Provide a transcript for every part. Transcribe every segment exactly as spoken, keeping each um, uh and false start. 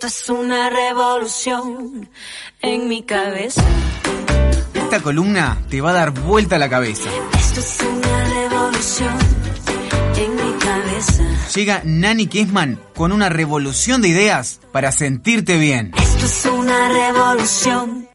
Esto es una revolución en mi cabeza. Esta columna te va a dar vuelta la cabeza. Esto es una revolución en mi cabeza. Llega Nani Kessman con una revolución de ideas para sentirte bien. Esto es una revolución.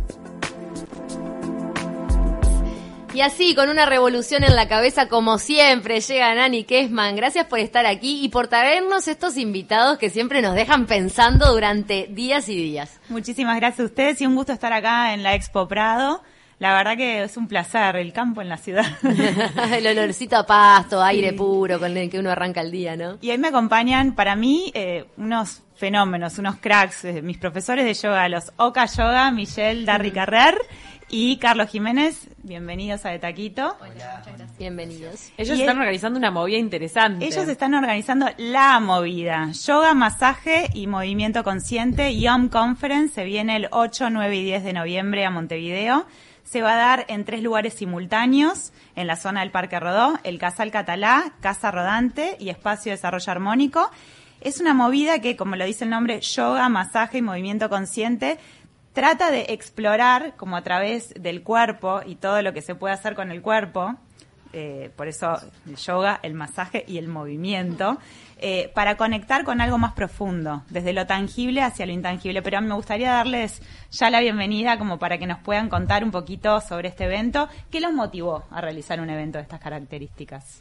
Y así, con una revolución en la cabeza, como siempre, llega Nani Kessman. Gracias por estar aquí y por traernos estos invitados que siempre nos dejan pensando durante días y días. Muchísimas gracias a ustedes y un gusto estar acá en la Expo Prado. La verdad que es un placer, el campo en la ciudad. El olorcito a pasto, aire sí. puro con el que uno arranca el día, ¿no? Y ahí me acompañan, para mí, eh, unos fenómenos, unos cracks, eh, mis profesores de yoga, los Oka Yoga, Michelle Darry Carrer y Carlos Jiménez. Bienvenidos a De Taquito. Hola, muchas gracias. Bienvenidos. Ellos y están el, organizando una movida interesante. Ellos están organizando la movida. Yoga, masaje y movimiento consciente. Yom Conference se viene el ocho, nueve y diez de noviembre a Montevideo. Se va a dar en tres lugares simultáneos, en la zona del Parque Rodó, el Casal Catalá, Casa Rodante y Espacio de Desarrollo Armónico. Es una movida que, como lo dice el nombre, yoga, masaje y movimiento consciente, trata de explorar, como a través del cuerpo y todo lo que se puede hacer con el cuerpo, eh, por eso el yoga, el masaje y el movimiento, eh, para conectar con algo más profundo, desde lo tangible hacia lo intangible. Pero me gustaría darles ya la bienvenida como para que nos puedan contar un poquito sobre este evento. ¿Qué los motivó a realizar un evento de estas características?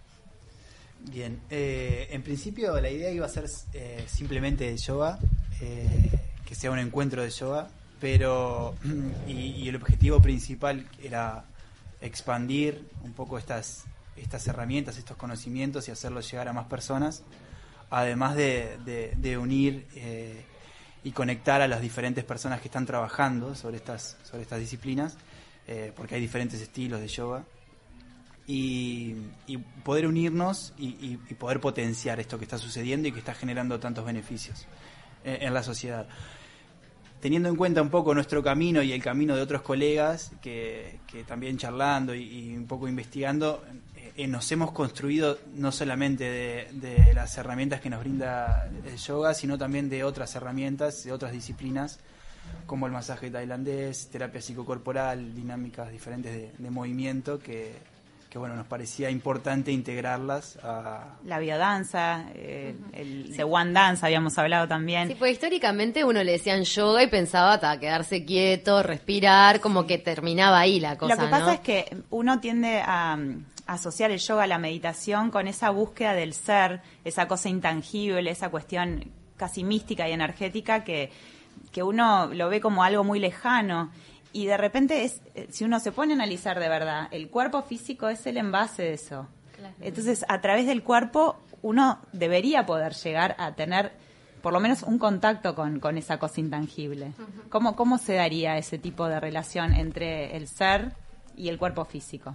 Bien, eh, en principio la idea iba a ser eh, simplemente yoga, eh, que sea un encuentro de yoga, pero y, y el objetivo principal era expandir un poco estas estas herramientas, estos conocimientos y hacerlos llegar a más personas, además de, de, de unir eh, y conectar a las diferentes personas que están trabajando sobre estas sobre estas disciplinas, eh, porque hay diferentes estilos de yoga. Y, y poder unirnos y, y, y poder potenciar esto que está sucediendo y que está generando tantos beneficios en, en la sociedad. Teniendo en cuenta un poco nuestro camino y el camino de otros colegas que, que también charlando y, y un poco investigando, eh, nos hemos construido no solamente de, de las herramientas que nos brinda el yoga, sino también de otras herramientas, de otras disciplinas, como el masaje tailandés, terapia psicocorporal, dinámicas diferentes de, de movimiento que... que bueno, nos parecía importante integrarlas a... La biodanza, eh, el sí. de One Dance habíamos hablado también. Sí, pues históricamente uno le decían yoga y pensaba hasta quedarse quieto, respirar, como sí. que terminaba ahí la cosa, Lo que pasa ¿no? es que uno tiende a, a asociar el yoga a la meditación con esa búsqueda del ser, esa cosa intangible, esa cuestión casi mística y energética que, que uno lo ve como algo muy lejano. Y de repente, es si uno se pone a analizar de verdad, el cuerpo físico es el envase de eso. Claro. Entonces, a través del cuerpo, uno debería poder llegar a tener por lo menos un contacto con, con esa cosa intangible. Uh-huh. ¿Cómo, ¿Cómo se daría ese tipo de relación entre el ser y el cuerpo físico?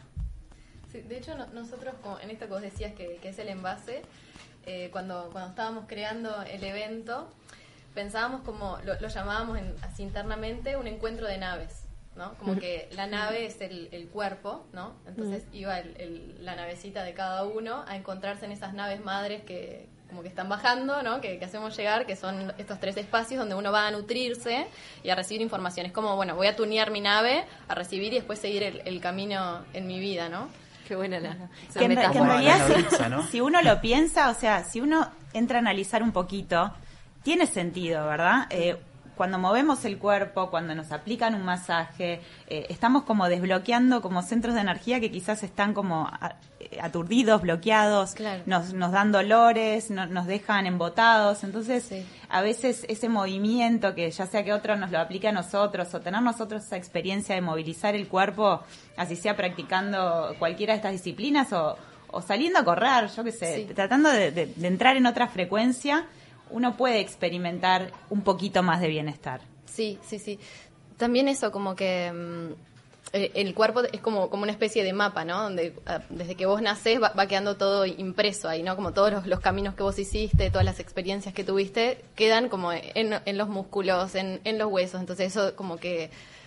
Sí, de hecho, no, nosotros, en esto que vos decías que, que es el envase, eh, cuando, cuando estábamos creando el evento, pensábamos como, lo, lo llamábamos en, así internamente, un encuentro de naves, ¿no? Como que la nave es el, el cuerpo, ¿no? Entonces uh-huh. iba el, el, la navecita de cada uno a encontrarse en esas naves madres que como que están bajando, ¿no? Que, que hacemos llegar, que son estos tres espacios donde uno va a nutrirse y a recibir información. Es como, bueno, voy a tunear mi nave, a recibir y después seguir el, el camino en mi vida, ¿no? Qué buena la, la que, en, que en realidad, si, pizza, ¿no? si uno lo piensa, o sea, si uno entra a analizar un poquito, tiene sentido, ¿verdad? Eh, cuando movemos el cuerpo, cuando nos aplican un masaje, eh, estamos como desbloqueando como centros de energía que quizás están como aturdidos, bloqueados, claro. nos, nos dan dolores, no, nos dejan embotados. Entonces, sí. a veces ese movimiento que ya sea que otro nos lo aplique a nosotros o tener nosotros esa experiencia de movilizar el cuerpo, así sea practicando cualquiera de estas disciplinas o, o saliendo a correr, yo qué sé, sí. tratando de, de, de entrar en otra frecuencia, uno puede experimentar un poquito más de bienestar. Sí, sí, sí. También eso, como que mmm, el cuerpo es como, como una especie de mapa, ¿no? Donde uh, desde que vos nacés va, va quedando todo impreso ahí, ¿no? Como todos los, los caminos que vos hiciste, todas las experiencias que tuviste, quedan como en, en los músculos, en, en los huesos. Entonces eso como que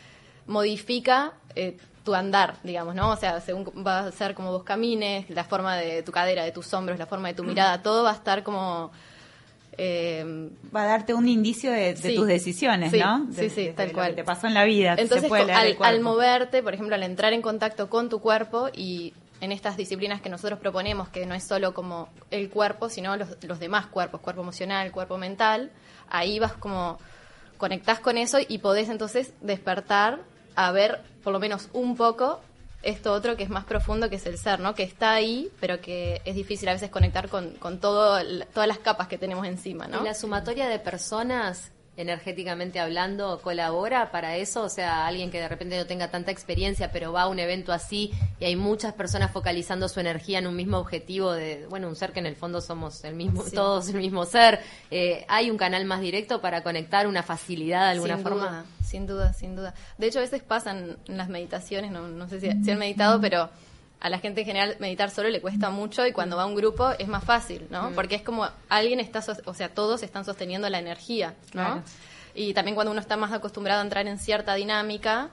modifica eh, tu andar, digamos, ¿no? O sea, según va a ser como vos camines, la forma de tu cadera, de tus hombros, la forma de tu mirada, todo va a estar como... Eh, Va a darte un indicio de, de sí, tus decisiones, sí, ¿no? Sí, De, sí, de tal lo cual. que te pasó en la vida. Entonces, se puede leer el al, cuerpo. al moverte, por ejemplo, al entrar en contacto con tu cuerpo y en estas disciplinas que nosotros proponemos, que no es solo como el cuerpo, sino los, los demás cuerpos, cuerpo emocional, cuerpo mental, ahí vas como, conectás con eso y podés entonces despertar a ver por lo menos un poco esto otro que es más profundo, que es el ser, ¿no? Que está ahí, pero que es difícil a veces conectar con, con todo, todas las capas que tenemos encima, ¿no? ¿Y la sumatoria de personas, energéticamente hablando, colabora para eso? O sea, alguien que de repente no tenga tanta experiencia, pero va a un evento así y hay muchas personas focalizando su energía en un mismo objetivo de, bueno, un ser que en el fondo somos el mismo, Sí. todos el mismo ser. Eh, ¿hay un canal más directo para conectar, una facilidad de alguna sin forma? Duda, sin duda, sin duda. De hecho, a veces pasan en las meditaciones, no, no sé si, si han meditado, pero a la gente en general meditar solo le cuesta mucho y cuando va a un grupo es más fácil, ¿no? Mm. Porque es como alguien está, sos- o sea, todos están sosteniendo la energía, ¿no? Claro. Y también cuando uno está más acostumbrado a entrar en cierta dinámica,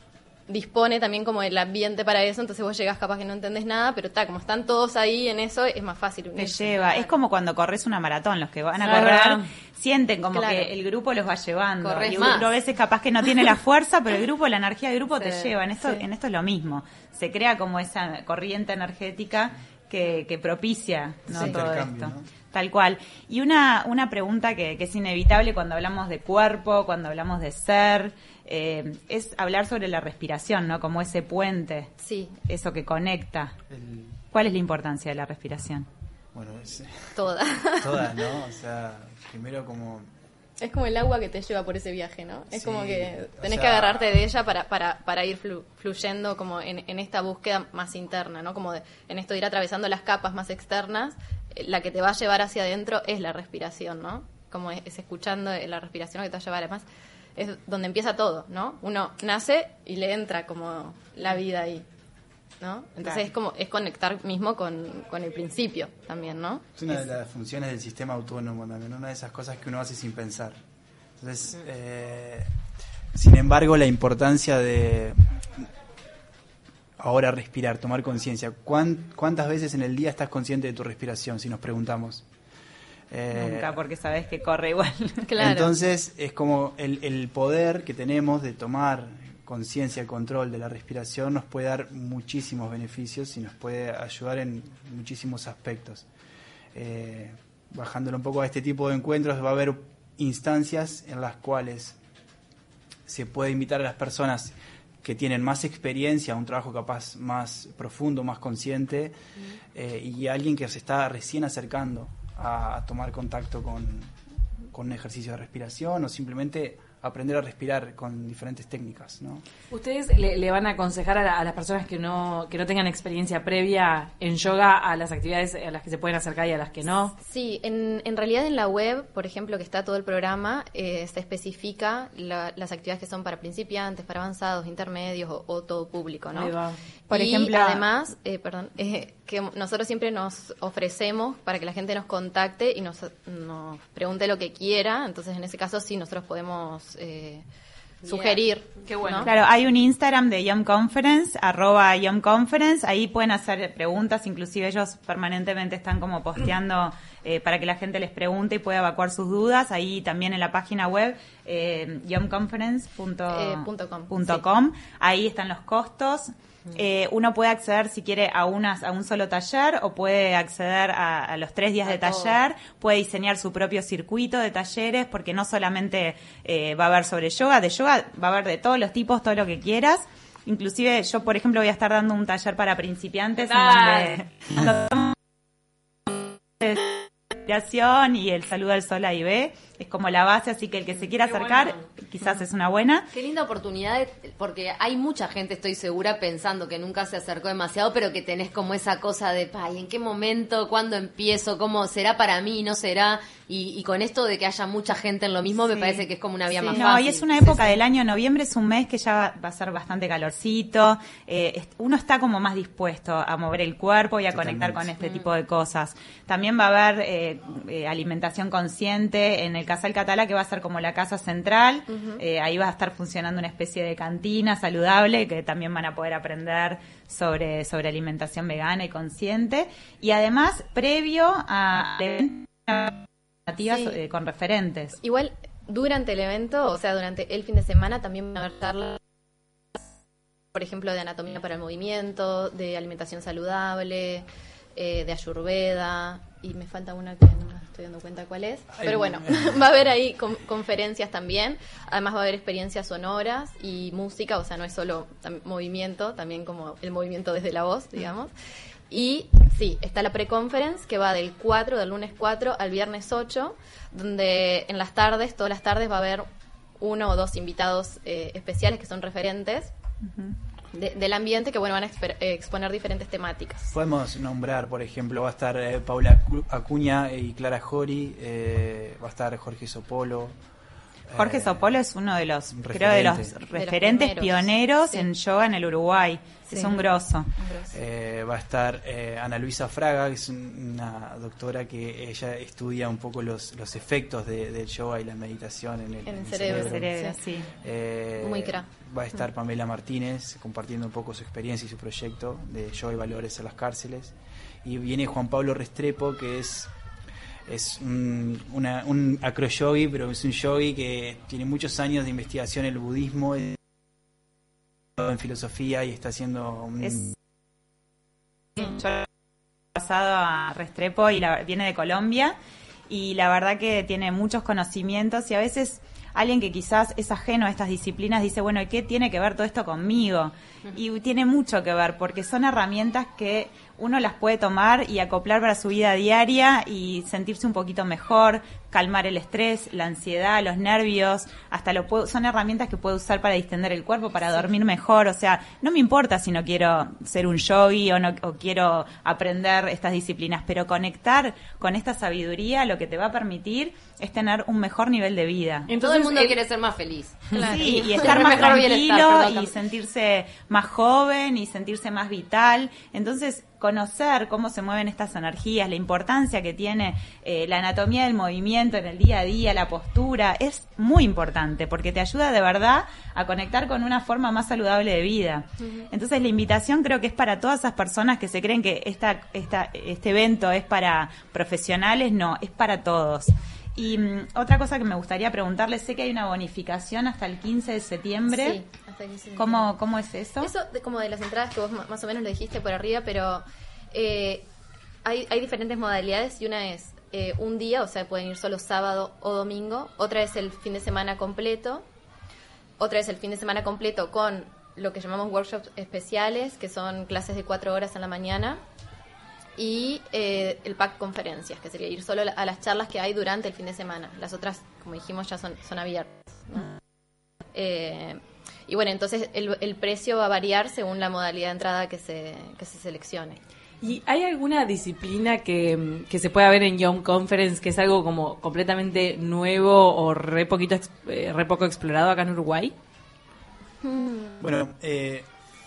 dispone también como el ambiente para eso, entonces vos llegás capaz que no entendés nada, pero está, como están todos ahí en eso, es más fácil Te unirse. lleva. Es como cuando corres una maratón, los que van a Claro. correr sienten como Claro. que el grupo los va llevando. Corres Y uno más. a veces capaz que no tiene la fuerza, pero el grupo, la energía del grupo te Sí, lleva. En esto, sí. en esto es lo mismo. Se crea como esa corriente energética que, que propicia, ¿no? Sí. todo Intercambio, esto. ¿no? Tal cual. Y una, una pregunta que, que es inevitable cuando hablamos de cuerpo, cuando hablamos de ser, eh, es hablar sobre la respiración, ¿no? Como ese puente, Sí, eso que conecta. El- ¿Cuál es la importancia de la respiración? bueno, es toda. toda, ¿no? O sea, primero como... Es como el agua que te lleva por ese viaje, ¿no? Es Sí, como que o tenés sea- que agarrarte de ella para, para, para ir flu- fluyendo como en, en esta búsqueda más interna, ¿no? Como de- en esto de ir atravesando las capas más externas, eh, la que te va a llevar hacia adentro es la respiración, ¿no? Como es, es escuchando la respiración que te va a llevar, además es donde empieza todo, ¿no? Uno nace y le entra como la vida ahí, ¿no? Entonces Claro. es como, es conectar mismo con, con el principio también, ¿no? Es una de las funciones del sistema autónomo también, una de esas cosas que uno hace sin pensar. Entonces, eh, sin embargo, la importancia de ahora respirar, tomar conciencia. ¿Cuán- ¿Cuántas veces en el día estás consciente de tu respiración, si nos preguntamos? Eh, Nunca, porque sabes que corre igual. Claro. Entonces, es como el, el poder que tenemos de tomar conciencia, control de la respiración, nos puede dar muchísimos beneficios y nos puede ayudar en muchísimos aspectos. Eh, bajándolo un poco a este tipo de encuentros, va a haber instancias en las cuales se puede invitar a las personas que tienen más experiencia, un trabajo capaz más profundo, más consciente, eh, y alguien que se está recién acercando a, a tomar contacto con, con un ejercicio de respiración o simplemente aprender a respirar con diferentes técnicas, ¿no? ¿Ustedes le, le van a aconsejar a, la- a las personas que no que no tengan experiencia previa en yoga a las actividades a las que se pueden acercar y a las que no? Sí, en, en realidad en la web, por ejemplo, que está todo el programa, eh, se especifica la- las actividades que son para principiantes, para avanzados, intermedios o, o todo público, ¿no? Ahí va. Por y ejemplo- además, eh, perdón, eh, que nosotros siempre nos ofrecemos para que la gente nos contacte y nos, nos pregunte lo que quiera, entonces en ese caso sí nosotros podemos eh, sugerir. Qué bueno. ¿no? Claro, hay un Instagram de Yom Conference, arroba Yom Conference, ahí pueden hacer preguntas, inclusive ellos permanentemente están como posteando eh, para que la gente les pregunte y pueda evacuar sus dudas, ahí también en la página web eh, yom conference punto com, ahí están los costos. Eh, uno puede acceder si quiere a unas a un solo taller o puede acceder a, a los tres días A de todo. taller, puede diseñar su propio circuito de talleres porque no solamente eh, va a haber sobre yoga, de yoga va a haber de todos los tipos, todo lo que quieras. Inclusive yo, por ejemplo, voy a estar dando un taller para principiantes en Dale. donde respiración y el saludo al sol ahí ve, es como la base, así que el que se quiera Qué acercar bueno. quizás es una buena. Qué linda oportunidad, de- porque hay mucha gente, estoy segura, pensando que nunca se acercó demasiado, pero que tenés como esa cosa de, ay, ¿en qué momento? ¿Cuándo empiezo? ¿Cómo será para mí? ¿No será? Y, y con esto de que haya mucha gente en lo mismo, me Sí. parece que es como una vía Sí, más no, fácil. y es una época del año, noviembre es un mes que ya va, va a ser bastante calorcito, eh, est- uno está como más dispuesto a mover el cuerpo y a Totalmente. conectar con este tipo de cosas. También va a haber eh, eh, alimentación consciente en el Casal Catalá, que va a ser como la casa central, eh, ahí va a estar funcionando una especie de cantina saludable, que también van a poder aprender sobre, sobre alimentación vegana y consciente, y además, previo a alternativas Sí. eh, con referentes. Igual, durante el evento, o sea, durante el fin de semana, también van a haber charlas, por ejemplo, de anatomía para el movimiento, de alimentación saludable, eh, de ayurveda, y me falta una que no me estoy dando cuenta cuál es. Ay, Pero bueno, no. va a haber ahí con- conferencias también. Además va a haber experiencias sonoras y música, o sea, no es solo tam- movimiento, también como el movimiento desde la voz, digamos. Y sí, está la pre-conference que va del cuatro, del lunes cuatro al viernes ocho, donde en las tardes, todas las tardes va a haber uno o dos invitados eh, especiales que son referentes de- del ambiente que bueno van a exper- eh, exponer diferentes temáticas. Podemos nombrar, por ejemplo, va a estar eh, Paula Acu- Acuña y Clara Jori, eh, va a estar Jorge Sopolo. Jorge eh, Sopolo es uno de los, un creo, de los referente. referentes primeros. pioneros Sí. en yoga en el Uruguay. Sí. Es un grosso. Eh, va a estar eh, Ana Luisa Fraga, que es un- una doctora que ella estudia un poco los, los efectos de- del yoga y la meditación en el, En el en cerebro. El cerebro, Sí. sí. Eh, Muy cra. Va a estar Pamela Martínez compartiendo un poco su experiencia y su proyecto de yoga y valores en las cárceles. Y viene Juan Pablo Restrepo, que es es un, una, un acroyogi, pero es un yogi que tiene muchos años de investigación en el budismo, en filosofía, y está haciendo un... Es- Yo he pasado a Restrepo y la- viene de Colombia y la verdad que tiene muchos conocimientos y a veces alguien que quizás es ajeno a estas disciplinas dice, bueno, ¿y qué tiene que ver todo esto conmigo? Y tiene mucho que ver porque son herramientas que uno las puede tomar y acoplar para su vida diaria y sentirse un poquito mejor, calmar el estrés, la ansiedad, los nervios, hasta lo puedo, son herramientas que puedo usar para distender el cuerpo, para dormir mejor, o sea, no me importa si no quiero ser un yogi o no o quiero aprender estas disciplinas, pero conectar con esta sabiduría lo que te va a permitir es tener un mejor nivel de vida. Todo el mundo el- quiere ser más feliz. Sí, y Tener estar más mejor bienestar, tranquilo perdón. y sentirse más joven y sentirse más vital. Entonces, conocer cómo se mueven estas energías, la importancia que tiene eh, la anatomía del movimiento en el día a día, la postura, es muy importante porque te ayuda de verdad a conectar con una forma más saludable de vida. Entonces, la invitación creo que es para todas esas personas que se creen que esta, esta, este evento es para profesionales, no, es para todos. Y mm, otra cosa que me gustaría preguntarle, sé que hay una bonificación hasta el quince de septiembre. Sí, hasta el quince de ¿Cómo, septiembre. ¿Cómo es eso? Eso de, como de las entradas que vos ma- más o menos lo dijiste por arriba, pero eh, hay, hay diferentes modalidades y una es eh, un día, o sea, pueden ir solo sábado o domingo, otra es el fin de semana completo, otra es el fin de semana completo con lo que llamamos workshops especiales, que son clases de cuatro horas en la mañana, y eh, el pack conferencias, que sería ir solo a las charlas que hay durante el fin de semana. Las otras, como dijimos, ya son, son abiertas, ¿no? Eh, y bueno, entonces el, el precio va a variar según la modalidad de entrada que se, que se seleccione. ¿Y hay alguna disciplina que, que se pueda ver en Young Conference que es algo como completamente nuevo o re, poquito, ex- eh, re poco explorado acá en Uruguay? Bueno, eh,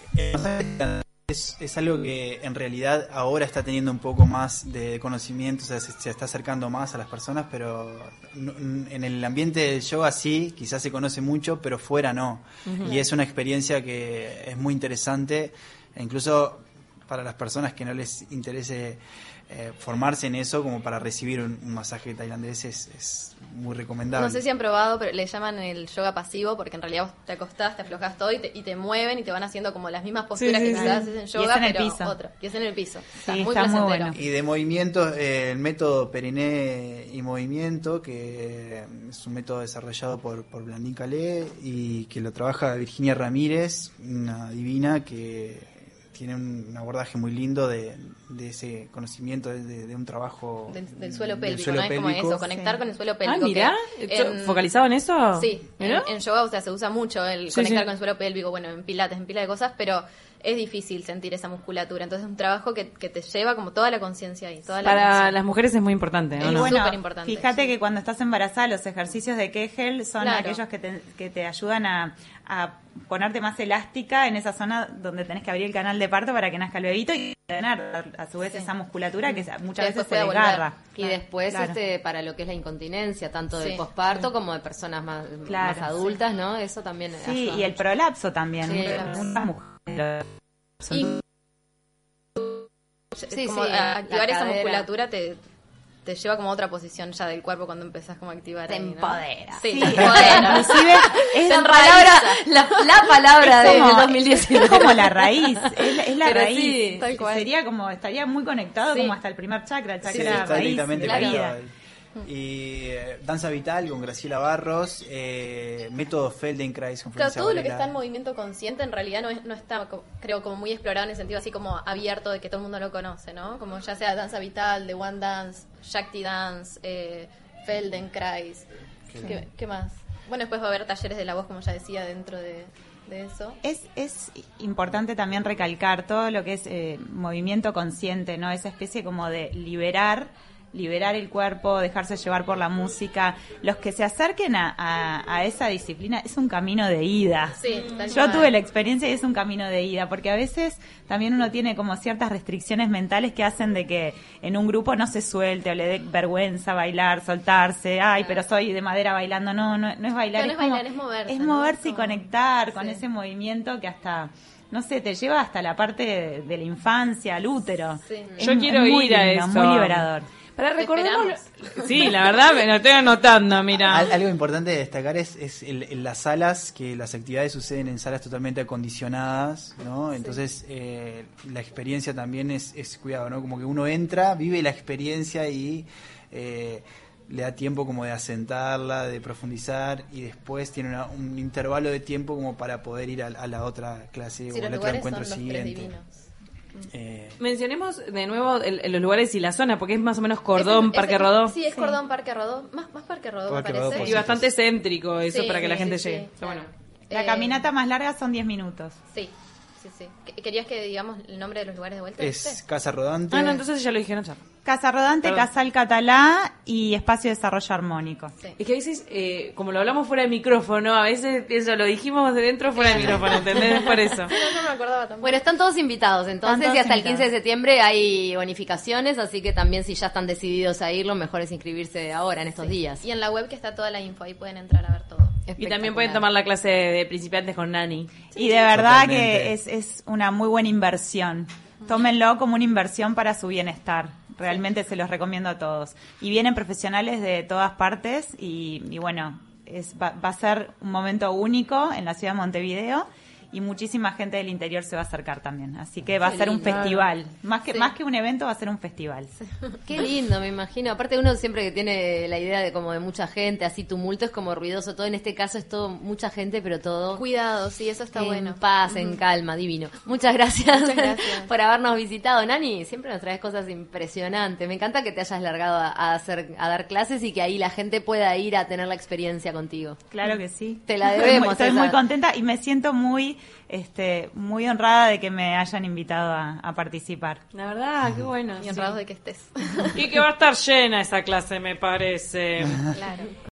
es, es algo que en realidad ahora está teniendo un poco más de conocimiento, o sea, se, se está acercando más a las personas, pero no- en el ambiente del yoga sí, quizás se conoce mucho, pero fuera no. Y es una experiencia que es muy interesante, e incluso para las personas que no les interese eh, formarse en eso, como para recibir un, un masaje tailandés, es, es muy recomendable. No sé si han probado, pero le llaman el yoga pasivo, porque en realidad vos te acostás, te aflojas todo y te, y te mueven y te van haciendo como las mismas posturas Sí, sí, que sí. quizás haces en Y es yoga, en el pero piso. otra. Y es en el piso. Está Sí, muy está muy placentero. bueno. Y de movimientos, eh, el método Periné y Movimiento, que es un método desarrollado por, por Blandín Calé y que lo trabaja Virginia Ramírez, una divina que tiene un abordaje muy lindo de, de ese conocimiento, de, de- de un trabajo Del, del suelo del pélvico, suelo ¿no? Es como pélvico. eso, conectar Sí. con el suelo Ah, pélvico. mirá, que yo- en- ¿focalizado en eso? Sí, en, Mirá. en yoga, o sea, se usa mucho el Sí, conectar sí. con el suelo pélvico, bueno, en pilates, en pila de cosas, pero es difícil sentir esa musculatura. Entonces es un trabajo que, que te lleva como toda la conciencia ahí, toda la Para atención. las mujeres es muy importante, ¿no? Es Y ¿no? bueno, bueno, superimportante, fíjate sí. que cuando estás embarazada los ejercicios de Kegel son Claro. aquellos que te, que te ayudan a, a ponerte más elástica en esa zona donde tenés que abrir el canal de parto para que nazca el bebito y tener a, a su vez Sí. esa musculatura que muchas Que veces después se pueda volver. desgarra. Y después, Claro. este, para lo que es la incontinencia, tanto de Sí. posparto como de personas más, Claro, más adultas, ¿no? Eso también Sí, ayuda y el mucho. prolapso también. Sí, Muchas- claro. muchas mujeres. Y Sí, como sí, a- activar la esa cadera. musculatura te, te lleva como a otra posición ya del cuerpo cuando empezás como a activar. Te ahí, ¿no? empodera. Sí, Sí, te empodera. inclusive es La la palabra, la, la palabra Es de- como- del dos mil diecinueve. Es como la raíz, es, la- es la Pero raíz. sí, tal cual. Sería como, estaría muy conectado Sí. como hasta el primer chakra, el Sí, chakra está raíz directamente de la vida. conectado ahí. Y eh, Danza Vital con Graciela Barros, eh, Método Feldenkrais con Claro, Florencia todo lo que Varela. está en movimiento consciente en realidad no, es, no está, co- creo, como muy explorado en el sentido así como abierto de que todo el mundo lo conoce, ¿no? Como ya sea Danza Vital, The One Dance, Shakti Dance, eh, Feldenkrais. ¿Qué, qué más? Bueno, después va a haber talleres de la voz, como ya decía, dentro de, de eso. Es, es importante también recalcar todo lo que es eh, movimiento consciente, ¿no? Esa especie como de liberar, liberar el cuerpo, dejarse llevar por la música. Los que se acerquen a, a, a esa disciplina es un camino de ida. Sí, tal Yo cual. tuve la experiencia y es un camino de ida, porque a veces también uno tiene como ciertas restricciones mentales que hacen de que en un grupo no se suelte o le dé vergüenza bailar, soltarse, ay, pero soy de madera bailando. No, no, no es bailar, No, no es como- bailar, es moverse, Es ¿no? moverse y Como- conectar con Sí. ese movimiento que hasta, no sé, te lleva hasta la parte de, de la infancia, al útero. Sí. Es Yo mu- quiero es muy ir a lindo, eso. muy liberador. Para Te recordemos. Sí, la verdad, me lo estoy anotando, mira. Al- Algo importante de destacar es, es el- el- las salas, que las actividades suceden en salas totalmente acondicionadas, ¿no? Entonces, eh, la experiencia también es, es cuidado, ¿no? Como que uno entra, vive la experiencia y eh, le da tiempo como de asentarla, de profundizar y después tiene una- un intervalo de tiempo como para poder ir a, a la otra clase Sí, o los al otro lugares son encuentro los tres siguiente. divinos. Eh, Mencionemos de nuevo el- el- los lugares y la zona, porque es más o menos Cordón, Es- es- Parque Rodó. Sí, es Cordón, Parque Rodó. Más, más Parque Rodó, Parque me Rodó, parece. por Y bastante céntrico eso Sí, para que la sí, gente sí, llegue. sí, Está bueno. claro. La Eh, caminata más larga son diez minutos. Sí, sí, sí. ¿Qu- ¿Querías que digamos el nombre de los lugares de vuelta? es Sí. Casa Rodante. Ah, no, entonces ya lo dijeron ya. Casa Rodante, Perdón. Casal Catalá y Espacio de Desarrollo Armónico. Sí. Es que a veces, eh, como lo hablamos fuera de micrófono, a veces eso lo dijimos de dentro fuera de micrófono, ¿entendés? Es por eso. No, no me acordaba tampoco. Bueno, están todos invitados, entonces, Están todos y hasta el invitados. quince de septiembre hay bonificaciones, así que también si ya están decididos a ir, lo mejor es inscribirse ahora, en estos días. Y en la web que está toda la info, ahí pueden entrar a ver todo. Y también pueden tomar la clase de principiantes con Nani. Y de verdad Totalmente. que es, es una muy buena inversión. Tómenlo como una inversión para su bienestar. Realmente se los recomiendo a todos. Y vienen profesionales de todas partes y, y bueno, es, va, va a ser un momento único en la ciudad de Montevideo y muchísima gente del interior se va a acercar también. Así que va a Qué ser un lindo. festival. Más que, Sí. más que un evento va a ser un festival. Qué lindo, me imagino. Aparte uno siempre que tiene la idea de como de mucha gente, así tumulto, es como ruidoso. Todo en este caso es todo mucha gente, pero todo Cuidado, sí, eso está en bueno. paz, en calma, divino. Muchas gracias, Muchas gracias. por habernos visitado, Nani. Siempre nos traes cosas impresionantes. Me encanta que te hayas largado a, a hacer a dar clases y que ahí la gente pueda ir a tener la experiencia contigo. Claro que sí. Te la Estoy debemos, muy- Estoy esa. muy contenta y me siento muy, este, muy honrada de que me hayan invitado a, a participar. La verdad, qué bueno. Y honrados de que estés. Y que va a estar llena esa clase, me parece. Claro.